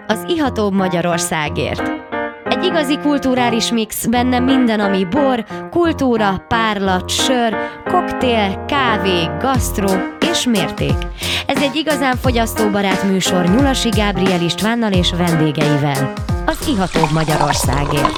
az ihatóbb Magyarországért. Egy igazi kulturális mix, benne minden, ami bor, kultúra, párlat, sör, koktél, kávé, gasztró és mérték. Ez egy igazán fogyasztóbarát műsor Nyulasi Gábriel Istvánnal és vendégeivel. Az ihatóbb Magyarországért.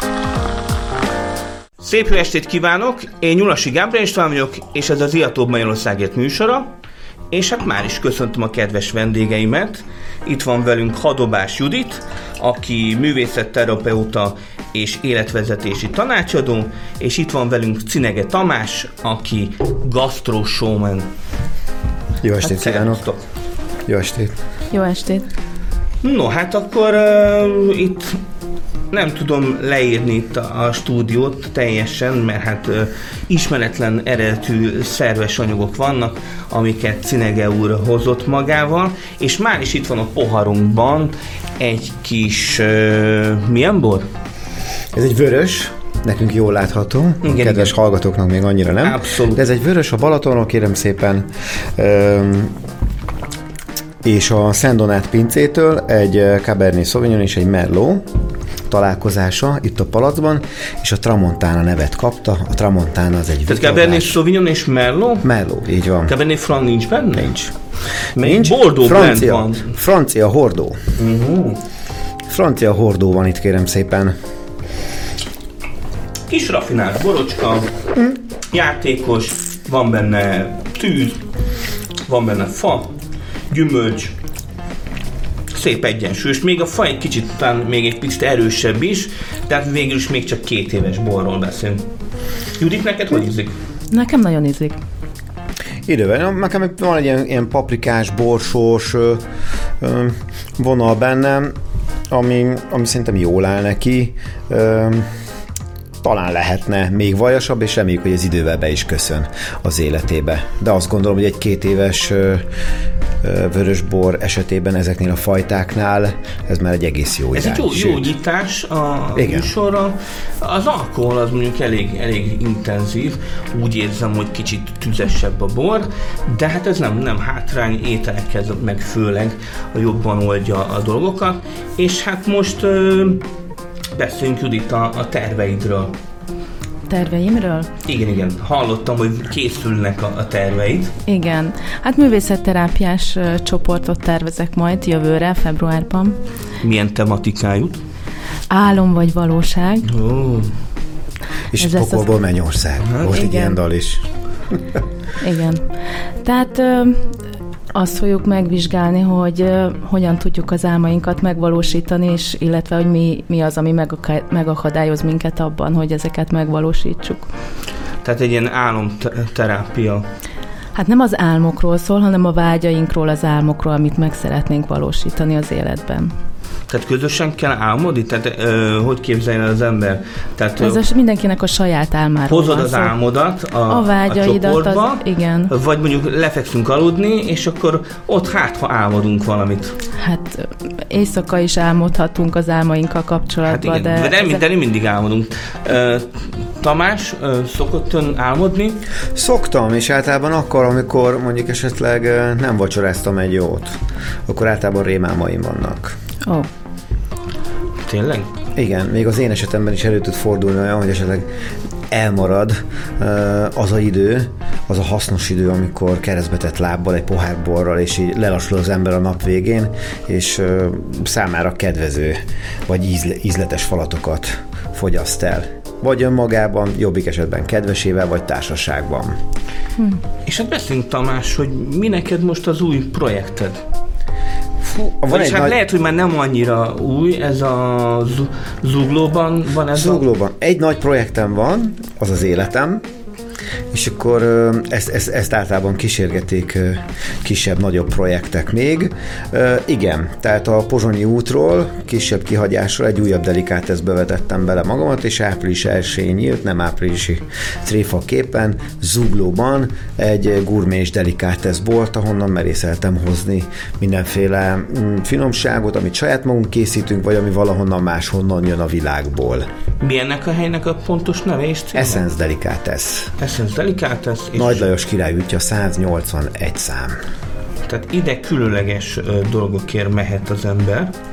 Szép jó estét kívánok! Én Nyulasi Gábriel István vagyok, és ez az ihatóbb Magyarországért műsora. És hát már is köszöntöm a kedves vendégeimet. Itt van velünk Hadobás Judit, aki művészetterapeuta és életvezetési tanácsadó, és itt van velünk Cinege Tamás, aki gastro showman. Jó estét kívánok! Jó estét! Jó estét! No, hát akkor itt nem tudom leírni itt a stúdiót teljesen, mert hát ismeretlen eredetű szerves anyagok vannak, amiket Cinege úr hozott magával, és már is itt van a poharunkban egy kis milyen bor? Ez egy vörös, nekünk jól látható, igen, kedves igen. Hallgatóknak még annyira nem. Abszolút. De ez egy vörös a Balatonon, kérem szépen, és a Szent Donát pincétől egy Cabernet Sauvignon és egy Merlot találkozása itt a palacban, és a Tramontana nevet kapta. A Tramontana az egy tehát Cabernet Sauvignon és Merlot? Merlot, így van. Cabernet Franc nincs benne? Nincs. Bordeaux blend van. Francia hordó. Francia hordó van itt, kérem szépen. Kis raffinált borocska, játékos, van benne tűz, van benne fa, gyümölcs, szép egyensúlyos. Még a fa egy kicsit, talán még egy picit erősebb is, tehát végül is még csak 2 éves borról beszélünk. Judit, neked hogy ízik? Nekem nagyon ízik. Időben, nekem van egy ilyen paprikás, borsós vonal bennem, ami szerintem jól áll neki. Talán lehetne még vajasabb, és reméljük, hogy ez idővel be is köszön az életébe. De azt gondolom, hogy egy 2 éves vörösbor esetében ezeknél a fajtáknál ez már egy egész jó ez irány. Ez egy jó nyitás a műsorra. Az alkohol az mondjuk elég intenzív, úgy érzem, hogy kicsit tüzesebb a bor, de hát ez nem hátrány, ételekhez meg főleg jobban oldja a dolgokat, és hát most beszéljünk, Judit, a terveidről. Terveimről? Igen. Hallottam, hogy készülnek a terveid. Igen. Hát művészetterápiás csoportot tervezek majd jövőre, februárban. Milyen tematikájút? Álom vagy valóság. És pokolból mennyország. Volt egy ilyen dal is. Igen. Tehát azt fogjuk megvizsgálni, hogy hogyan tudjuk az álmainkat megvalósítani, és illetve, hogy mi az, ami megakadályoz minket abban, hogy ezeket megvalósítsuk. Tehát egy ilyen álomterápia. Hát nem az álmokról szól, hanem a vágyainkról, az álmokról, amit meg szeretnénk valósítani az életben. Tehát közösen kell álmodni? Tehát hogy képzeljen az ember? Tehát, ez mindenkinek a saját álmáról hozod van az szó. álmodat a vágyaidat, a csoportba, igen. Vagy mondjuk lefekszünk aludni, és akkor ott ha álmodunk valamit. Hát éjszaka is álmodhatunk az álmainkkal kapcsolatban. Hát igen, de nem mindig álmodunk. Tamás, szokott ön álmodni? Szoktam, és általában akkor, amikor mondjuk esetleg nem vacsoráztam egy jót, akkor általában rémálmaim vannak. Tényleg? Igen, még az én esetemben is elő tud fordulni olyan, hogy esetleg elmarad az a idő, az a hasznos idő, amikor keresztbetett lábbal, egy pohár borral, és így lelassul az ember a nap végén, és számára kedvező, vagy ízletes falatokat fogyaszt el. Vagy önmagában, jobbik esetben kedvesével, vagy társaságban. És hát beszéljünk, Tamás, hogy mi neked most az új projekted? Lehet, hogy már nem annyira új, ez a Zuglóban van ez Zuglóban. Egy nagy projektem van, az az életem, és akkor ezt általában kísérgetik kisebb-nagyobb projektek még. Igen, tehát a Pozsonyi útról, kisebb kihagyásról egy újabb delikáteszbe vetettem bele magamat, és április 1-én nyílt, nem áprilisi tréfaképpen, Zuglóban egy gurmés delikátesz bolt, ahonnan merészeltem hozni mindenféle finomságot, amit saját magunk készítünk, vagy ami valahonnan máshonnan jön a világból. Mi ennek a helynek a pontos neve és célva? Essence Delicatesz. Essence Delicatesz. Nagy Lajos király útja, 181 szám. Tehát ide különleges dolgokért mehet az ember.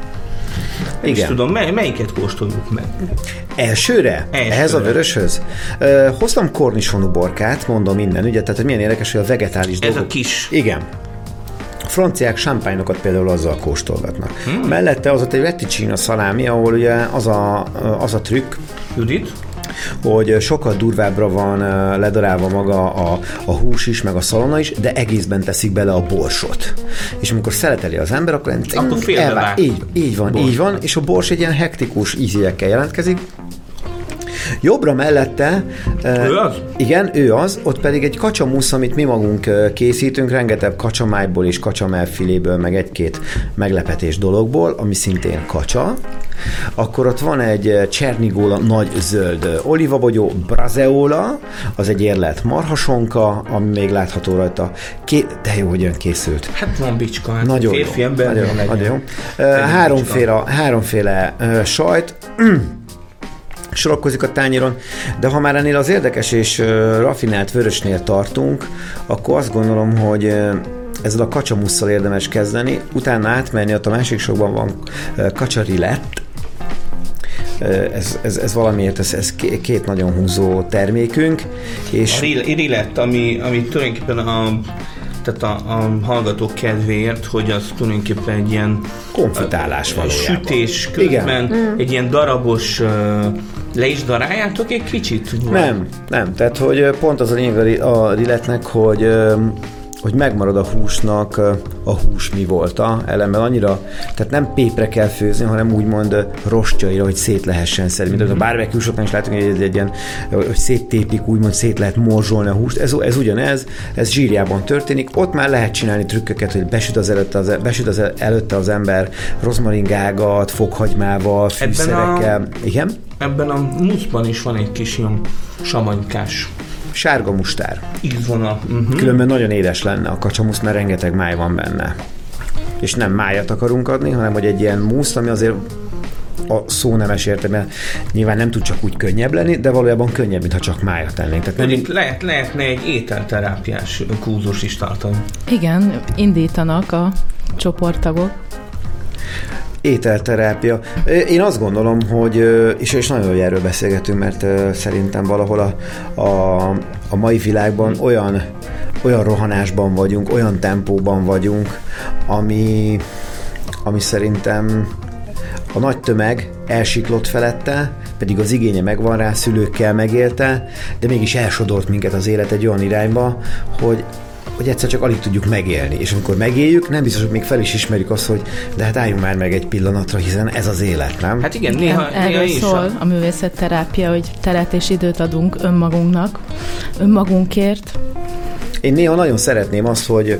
És tudom, melyiket kóstoljuk meg? Elsőre? Ehhez a vöröshöz? Hoztam kornisonú borkát, mondom innen, ugye, tehát hogy milyen érdekes, hogy a vegetális dolgok... Ez a kis... Igen. A franciák champagne-okat például azzal kóstolgatnak. Mellette az ott egy retticino szalámi, ahol ugye az a trükk, Judit? hogy sokkal durvábbra van ledarálva maga a hús is, meg a szalonna is, de egészben teszik bele a borsot. És amikor szeleteli az ember, akkor félbevág. Így van, és a bors egy ilyen hektikus ízélyekkel jelentkezik. Jobbra mellette... Ő az? Igen, ő az, ott pedig egy kacsamusz, amit mi magunk készítünk, rengeteg kacsamájból és kacsamelfiléből, meg egy-két meglepetés dologból, ami szintén kacsa. Akkor ott van egy Csernigola nagy zöld olivabogyó, Braseola, az egy érlelt marhasonka, ami még látható rajta. De jó, hogyan készült. Hát van bicska, hát nagyon férfi jó, ember. nagyon jó. Háromféle sajt, sorakozik a tányéron, de ha már ennél az érdekes és raffinált vörösnél tartunk, akkor azt gondolom, hogy ezzel a kacsamusszal érdemes kezdeni, utána átmenni, ott a másik sorban van kacsarilett. Ez valamiért, ez két nagyon húzó termékünk. És a rilett, ami tulajdonképpen tehát a hallgatók kedvéért, hogy az tulajdonképpen egy ilyen konfitálás valójában. Sütés közben, egy ilyen darabos, le is daráljátok egy kicsit? Nem. Tehát, hogy pont az a lényeg a rillettnek, hogy megmarad a húsnak a hús mi volta, ellenben annyira, tehát nem pépre kell főzni, hanem úgymond rostjaira, hogy szét lehessen szedni. Mint a barbecue-soknál is látunk, hogy egy ilyen, hogy széttépik, úgymond szét lehet morzsolni a húst. Ez ugyanez, ez zsírjában történik. Ott már lehet csinálni trükköket, hogy besüt az előtte az ember rozmaringágat, fokhagymával, fűszerekkel. Igen? Ebben a muszban is van egy kis ilyen samanykás sárga mustár. Ízvonal. Különben nagyon édes lenne a kacsamusz, mert rengeteg máj van benne. És nem májat akarunk adni, hanem hogy egy ilyen muszt, ami azért a szó nemes értelme nyilván nem tud csak úgy könnyebb lenni, de valójában könnyebb, mintha csak májat tennénk. Tehát itt lehetne egy ételterápiás kurzus is tartani. Igen, indítanak a csoporttagok. Ételterápia. Én azt gondolom, hogy, és nagyon jól erről beszélgetünk, mert szerintem valahol a mai világban olyan rohanásban vagyunk, olyan tempóban vagyunk, ami szerintem a nagy tömeg elsiklott felette, pedig az igénye megvan rá, szülőkkel megélte, de mégis elsodort minket az élet egy olyan irányba, hogy egyszer csak alig tudjuk megélni. És amikor megéljük, nem biztos, hogy még fel is ismerjük azt, hogy de hát álljunk már meg egy pillanatra, hiszen ez az élet, nem? Hát igen, néha erről szól a művészetterápia, hogy teret és időt adunk önmagunknak, önmagunkért. Én néha nagyon szeretném azt, hogy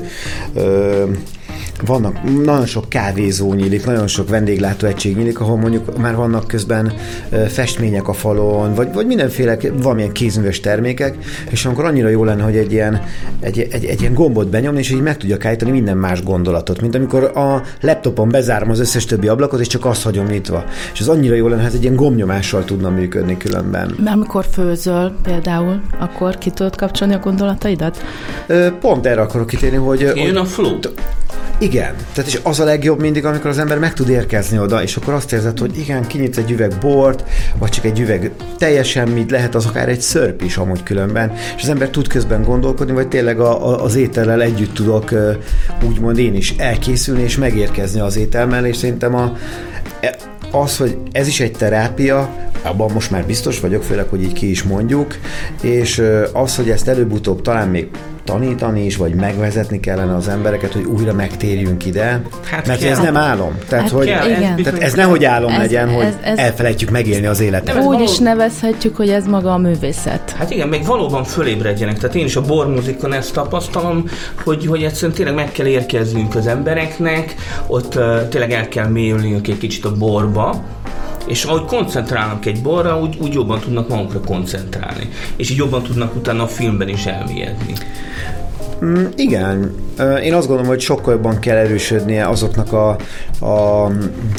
nagyon sok kávézó nyílik, nagyon sok vendéglátóegység nyílik, ahol mondjuk már vannak közben festmények a falon, vagy mindenféle valamilyen kézműves termékek, és akkor annyira jó lenne, hogy egy ilyen gombot benyomni, és így meg tudjak állítani minden más gondolatot, mint amikor a laptopon bezárom az összes többi ablakot, és csak azt hagyom nyitva. És az annyira jó lenne, hát egy ilyen gombnyomással tudna működni különben. De amikor főzöl például, akkor ki tudod kapcsolni a gondolataidat? Pont erre akarok kitérni, hogy... Jön a flow. Igen, tehát és az a legjobb mindig, amikor az ember meg tud érkezni oda, és akkor azt érzed, hogy igen, kinyitsz egy üveg bort, vagy csak egy üveg teljesen mit, lehet az akár egy szörp is amúgy különben, és az ember tud közben gondolkodni, vagy tényleg az étellel együtt tudok úgymond én is elkészülni, és megérkezni az étel mellé, és szerintem az, hogy ez is egy terápia, abban most már biztos vagyok, főleg, hogy így ki is mondjuk, és az, hogy ezt előbb-utóbb talán még tanítani is, vagy megvezetni kellene az embereket, hogy újra megtérjünk ide, mert ez nem álom. Tehát, tehát ez nehogy álom legyen, hogy elfelejtjük megélni az életet. Úgy is nevezhetjük, hogy ez maga a művészet. Hát igen, még valóban fölébredjenek. Tehát én is a bormuzikon ezt tapasztalom, hogy egyszerűen tényleg meg kell érkeznünk az embereknek, ott tényleg el kell mélyülniük egy kicsit a borba, és ahogy koncentrálnak egy borra, úgy jobban tudnak magukra koncentrálni. És így jobban tudnak utána a filmben is elmélyedni. Igen. Én azt gondolom, hogy sokkal jobban kell erősödnie azoknak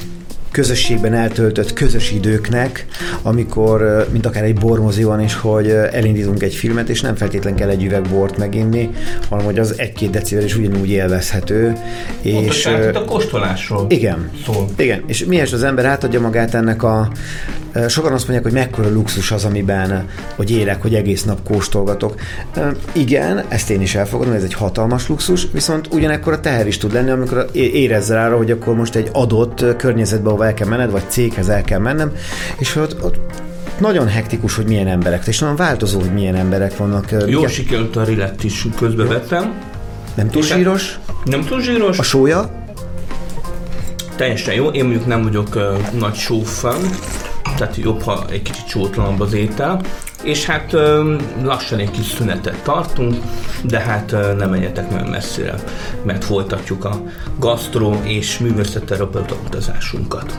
közösségben eltöltött közös időknek, amikor, mint akár egy bormozi van is, hogy elindítunk egy filmet, és nem feltétlen kell egy üveg bort meginni, hanem hogy az 1-2 decivel is ugyanúgy élvezhető. Pontosan, itt a kóstolásról szól. Igen, és mihez az ember átadja magát ennek sokan azt mondják, hogy mekkora luxus az, amiben, hogy élek, hogy egész nap kóstolgatok. Igen, ezt én is elfogadom, ez egy hatalmas luxus, viszont ugyanekkor a teher is tud lenni, amikor érezzel arra, hogy akkor most egy adott környezetbe, ahol el kell menned, vagy céghez el kell mennem, és ott nagyon hektikus, hogy milyen emberek, és nagyon változó, hogy milyen emberek vannak. Jól sikerült a rillet is, közbevettem. Nem túl zsíros? Nem túl zsíros. A sója? Teljesen jó, én mondjuk nem vagyok nagy sófan, tehát jobb, ha egy kicsit sótlanabb az étel, és hát lassan egy kis szünetet tartunk, de hát nem menjetek nagyon messzire, mert folytatjuk a gasztró és művészetterapeuta utazásunkat.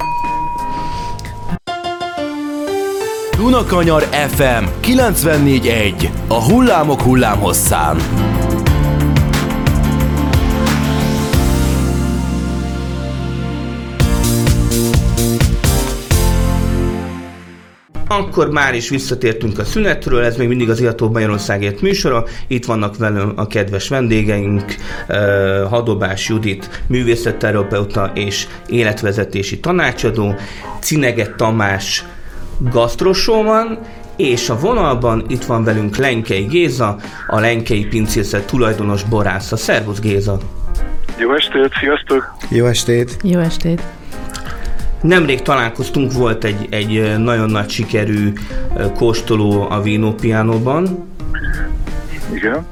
Dunakanyar FM 94.1. A hullámok hullámhosszán. Akkor már is visszatértünk a szünetről, ez még mindig az Irató Magyarországért műsora. Itt vannak velem a kedves vendégeink, Hadobás Judit, művészetterapeuta és életvezetési tanácsadó, Cinege Tamás, gasztrosóman, és a vonalban itt van velünk Lenkei Géza, a Lenkei Pincészet tulajdonos borásza. Szervusz Géza! Jó estét, sziasztok! Jó estét! Jó estét! Nemrég találkoztunk, volt egy nagyon nagy sikerű kóstoló a Vino Pianoban. Igen.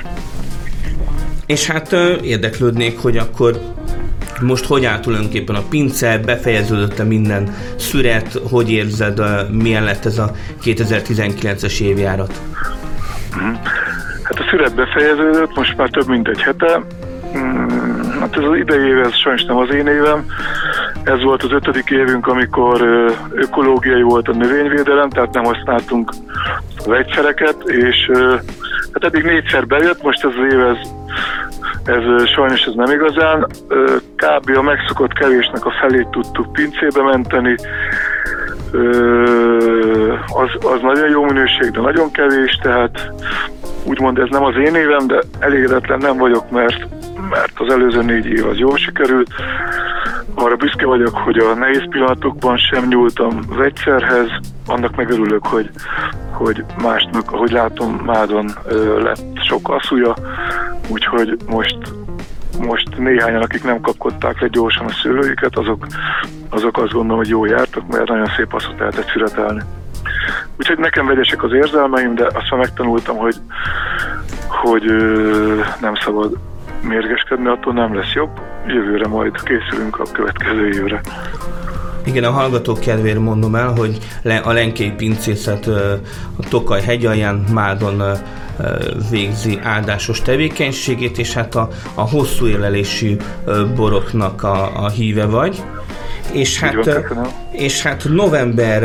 És hát érdeklődnék, hogy akkor most hogy áll tulajdonképpen a pince, befejeződött-e minden szüret, hogy érzed, milyen lett ez a 2019-es évjárat? Hát a szüret befejeződött, most már több mint egy hete. Hát ez az idei év, ez sajnos nem az én évem. Ez volt az 5. évünk, amikor ökológiai volt a növényvédelem, tehát nem használtunk vegyszereket, és hát eddig 4-szer bejött, most ez az év, ez sajnos ez nem igazán. Kb. A megszokott kevésnek a felét tudtuk pincébe menteni. Az nagyon jó minőség, de nagyon kevés, tehát úgymond ez nem az én évem, de elégedetlen nem vagyok, mert az előző 4 év az jól sikerült. Arra büszke vagyok, hogy a nehéz pillanatokban sem nyúltam vegyszerhez, annak megörülök, hogy másnak, ahogy látom, Mádon lett sok asszúja, úgyhogy most néhányan, akik nem kapkodták le gyorsan a szőlőiket, azok azt gondolom, hogy jól jártak, mert nagyon szép asszút lehetett szüretelni. Úgyhogy nekem vegyesek az érzelmeim, de azt már megtanultam, hogy nem szabad mérgeskedni, attól nem lesz jobb. Jövőre majd készülünk a következő évre. Igen, a hallgatók kedvéért mondom el, hogy a Lenkei Pincészet a Tokaj hegyalján Mádon végzi áldásos tevékenységét, és hát a hosszú élelésű boroknak a híve vagy. És hát november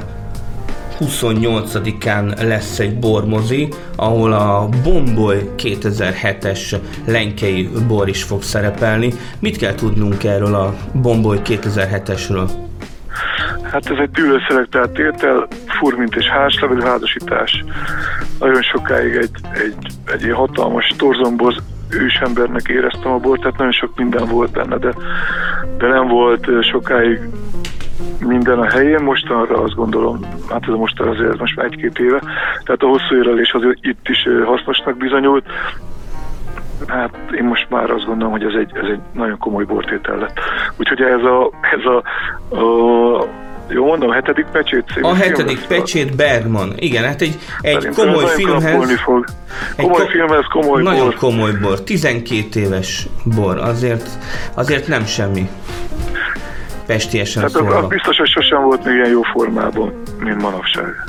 28-án lesz egy bormozi, ahol a Bomboly 2007-es lenkei bor is fog szerepelni. Mit kell tudnunk erről a Bomboly 2007-esről? Hát ez egy dűlőszelektált étel, furmint és házlevelű házasítás. Nagyon sokáig egy ilyen hatalmas torzomboz ősembernek éreztem a bort, tehát nagyon sok minden volt benne, de nem volt sokáig minden a helyén. Mostanra azt gondolom, hát ez mostanra azért most már 1-2 éve, tehát a hosszú érlelés az itt is hasznosnak bizonyult. Hát én most már azt gondolom, hogy ez egy nagyon komoly bortétel lett. Úgyhogy ez a jó mondom, 7. pecsét című a 7. pecsét Bergman. Igen, hát egy komoly filmhez... filmhez komoly nagyon bor. Komoly bor. 12 éves bor. Azért nem semmi. Pestiesen hát szólva. Az biztos, hogy sosem volt még ilyen jó formában, mint manapság.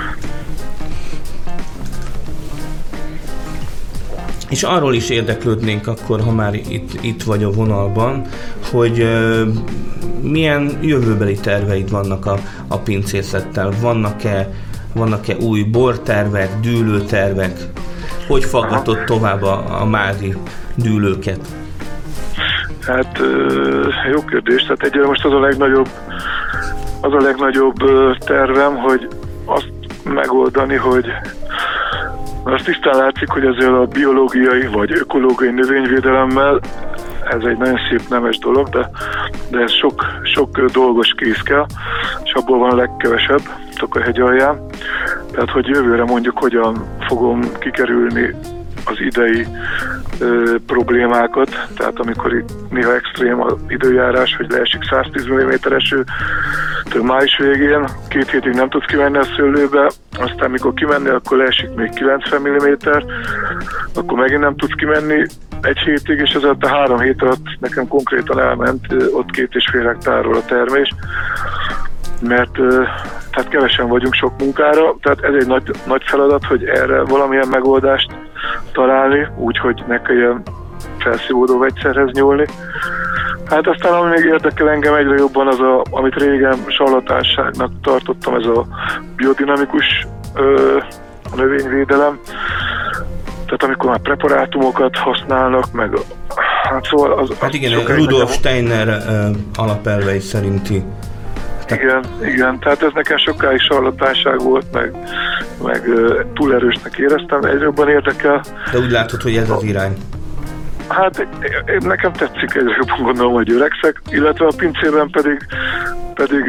És arról is érdeklődnénk akkor, ha már itt vagy a vonalban, hogy milyen jövőbeli terveid vannak a pincészettel. Vannak-e új bortervek, dűlőtervek? Hogy faggatod tovább a mádi dűlőket? Hát jó kérdés, tehát egyre most az a legnagyobb tervem, hogy azt megoldani, hogy azt tisztán látszik, hogy ezzel a biológiai vagy ökológiai növényvédelemmel ez egy nagyon szép nemes dolog, de ez sok dolgos kéz kell, és abból van a legkevesebb Tokahegy alján. Tehát, hogy jövőre mondjuk hogyan fogom kikerülni az idei problémákat, tehát amikor itt néha extrém az időjárás, hogy leesik 110 mm eső május végén, 2 hétig nem tudsz kimenni a szőlőbe, aztán mikor kimenni, akkor leesik még 90 mm, akkor megint nem tudsz kimenni 1 hétig, és ez alatt a 3 hét alatt nekem konkrétan elment ott 2,5 hektárról a termés, mert tehát kevesen vagyunk sok munkára, tehát ez egy nagy feladat, hogy erre valamilyen megoldást találni, úgyhogy ne kelljen felszívódó vegyszerhez nyúlni. Hát aztán ami még érdekel engem egyre jobban az, amit régen sarlatánságnak tartottam, ez a biodinamikus növényvédelem. Tehát amikor már preparátumokat használnak, meg hát szóval hát igen, Rudolf Steiner alapelvei szerinti. Igen, tehát ez nekem sokáig sarlatánság volt, meg túl erősnek éreztem, egyre jobban érdekel. De úgy látod, hogy ez az irány. Hát nekem tetszik, egyre jobban gondolom, hogy öregszek, illetve a pincében pedig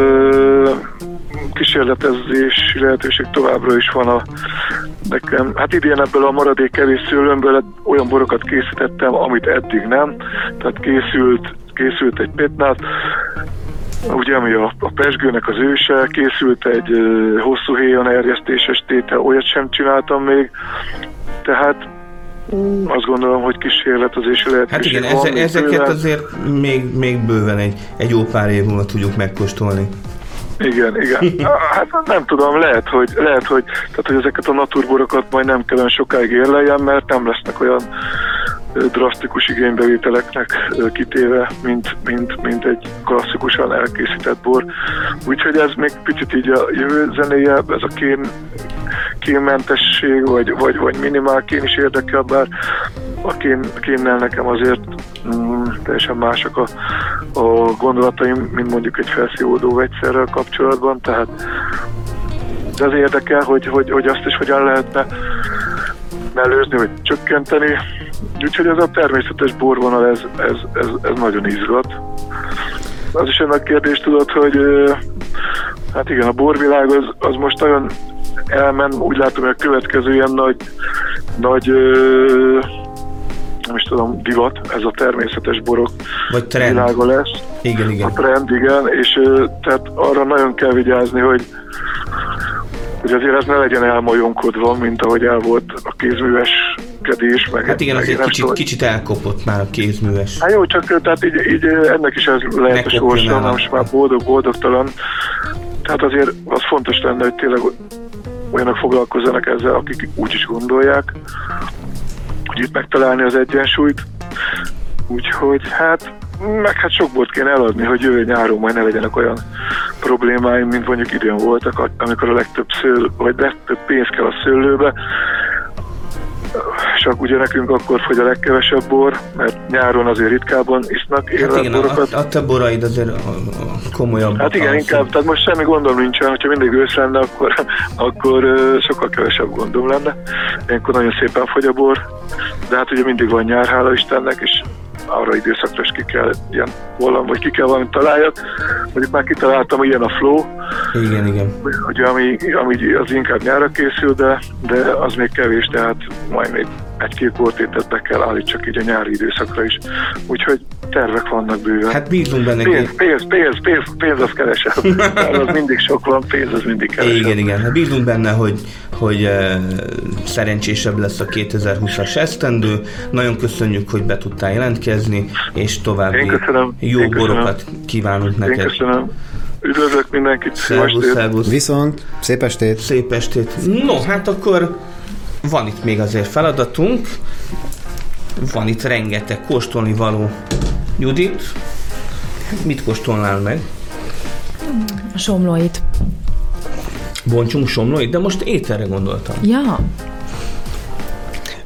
kísérletezési lehetőség továbbra is van nekem. Hát idén ebből a maradék kevés szőlőmből olyan borokat készítettem, amit eddig nem. Tehát készült egy pétnát, ugye, ami a pezsgőnek az őse, készült egy hosszú héjon erjesztéses tétel, olyat sem csináltam még, tehát azt gondolom, hogy kísérletezési lehetőség van. Hát igen, ezeket bőven. Azért még bőven egy jó pár év múlva tudjuk megkóstolni. Igen. Hát nem tudom, lehet, hogy ezeket a naturborokat majd nem kellene sokáig érleljen, mert nem lesznek olyan drasztikus igénybevételeknek kitéve, mint egy klasszikusan elkészített bor. Úgyhogy ez még picit így a jövő zenéje, ez a kénmentesség, vagy minimál kén is érdekel, bár a kénnel nekem azért teljesen mások a gondolataim, mint mondjuk egy felszívódó vegyszerrel kapcsolatban, tehát ez érdekel, hogy azt is hogyan lehetne mellőzni, vagy csökkenteni. Úgyhogy ez a természetes borvonal, ez nagyon izgat. Az is egy nagy kérdés, tudod, hogy hát igen, a borvilág az most nagyon elmen, úgy látom, hogy a következő ilyen nagy nem is tudom, divat, ez a természetes borok világa lesz. Igen. A trend, igen, és tehát arra nagyon kell vigyázni, hogy azért ez ne legyen elmajomkodva, mint ahogy el volt a kézműveskedés. Hát igen, azért kicsit elkopott már a kézműves. Hát jó, csak tehát így ennek is ez lehet a sorsa, most már boldogtalan. Tehát azért az fontos lenne, hogy tényleg olyanok foglalkozzanak ezzel, akik úgy is gondolják, hogy itt megtalálni az egyensúlyt. Úgyhogy hát sok bort kéne eladni, hogy jövő nyáron majd ne legyenek olyan problémáim, mint mondjuk idén voltak, amikor a legtöbb pénz kell a szőlőbe. Csak ugye nekünk akkor fogy a legkevesebb bor, mert nyáron azért ritkábban isznak életborokat. Hát igen, a te boraid azért komolyabb. Hát igen, inkább, tehát most semmi gondom nincsen, hogyha mindig ősz lenne, akkor sokkal kevesebb gondom lenne. Ilyenkor nagyon szépen fogy a bor, de hát ugye mindig van nyár, hála Istennek, és arra időszakra is ki kell valamit találjak. Mondjuk már kitaláltam, ilyen a flow. Igen. Ugye, ami az inkább nyárra készül, de az még kevés, tehát majd még 1-2 bortételt be kell állítsak így a nyári időszakra is. Úgyhogy tervek vannak bőven. Hát bízunk benne. Pénz az kevesebb. Az mindig sok van, pénz az mindig kevesebb. Igen. Hát bízunk benne, hogy szerencsésebb lesz a 2020-as esztendő. Nagyon köszönjük, hogy be tudtál jelentkezni, és további jó borokat kívánunk neked. Én köszönöm. Üdvözlök mindenkit. Szervusz. Viszont, szép estét. Szép estét. No, hát akkor van itt még azért feladatunk. Van itt rengeteg kóstolni való. Judit, mit kóstolnál meg? A somlóit. Bontsunk somlóit? De most ételre gondoltam. Ja.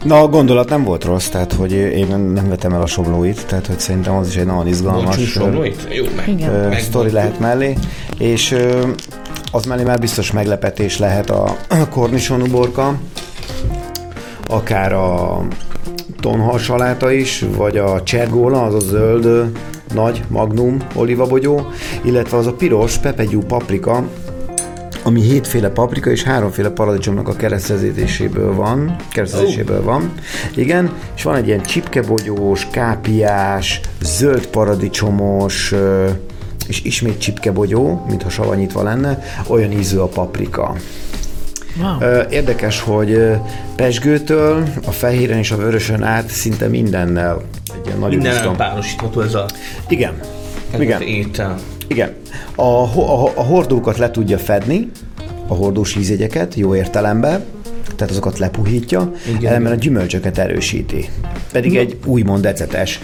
Na, a gondolat nem volt rossz, tehát hogy én nem vettem el a somlóit, tehát hogy szerintem az is egy nagyon izgalmas sztori lehet mellé, és az mellé már biztos meglepetés lehet a kornison uborka, akár a tonhal saláta is, vagy a csergóla, az a zöld nagy magnum olívabogyó, illetve az a piros pepegyú paprika, ami 7 féle paprika és 3 féle paradicsomnak a keresztezéséből van. Igen, és van egy ilyen csipkebogyós, kápiás, zöld paradicsomos, és ismét csipkebogyó, mintha savanyítva lenne, olyan ízű a paprika. Wow. Érdekes, hogy pezsgőtől a fehéren és a vörösön át szinte mindennel egy ilyen nagyon mindennel párosítható ez a... Igen. Étel. Igen. A hordókat le tudja fedni, a hordós ízjegyeket, jó értelemben, tehát azokat lepuhítja, ellenben a gyümölcsöket erősíti. Pedig egy úgymond ecetes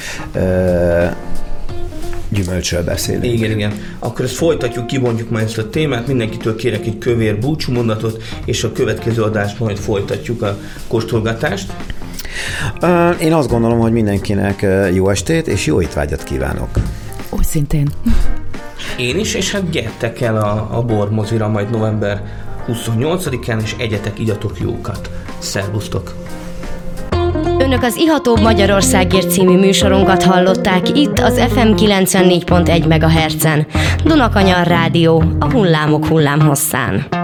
gyümölcsről beszélünk. Igen. Akkor ezt folytatjuk, kibontjuk majd ezt a témát, mindenkitől kérek egy kövér búcsúmondatot, és a következő adásban majd folytatjuk a kóstolgatást. Én azt gondolom, hogy mindenkinek jó estét és jó étvágyat kívánok. Úgy szintén. Én is, és hát gyertek el a bormozira majd november 28-án, és egyetek, igyatok jókat. Szervusztok! Önök az Ihatóbb Magyarországért című műsorunkat hallották itt az FM 94.1 MHz-en. Dunakanyar Rádió, a hullámok hullámhosszán.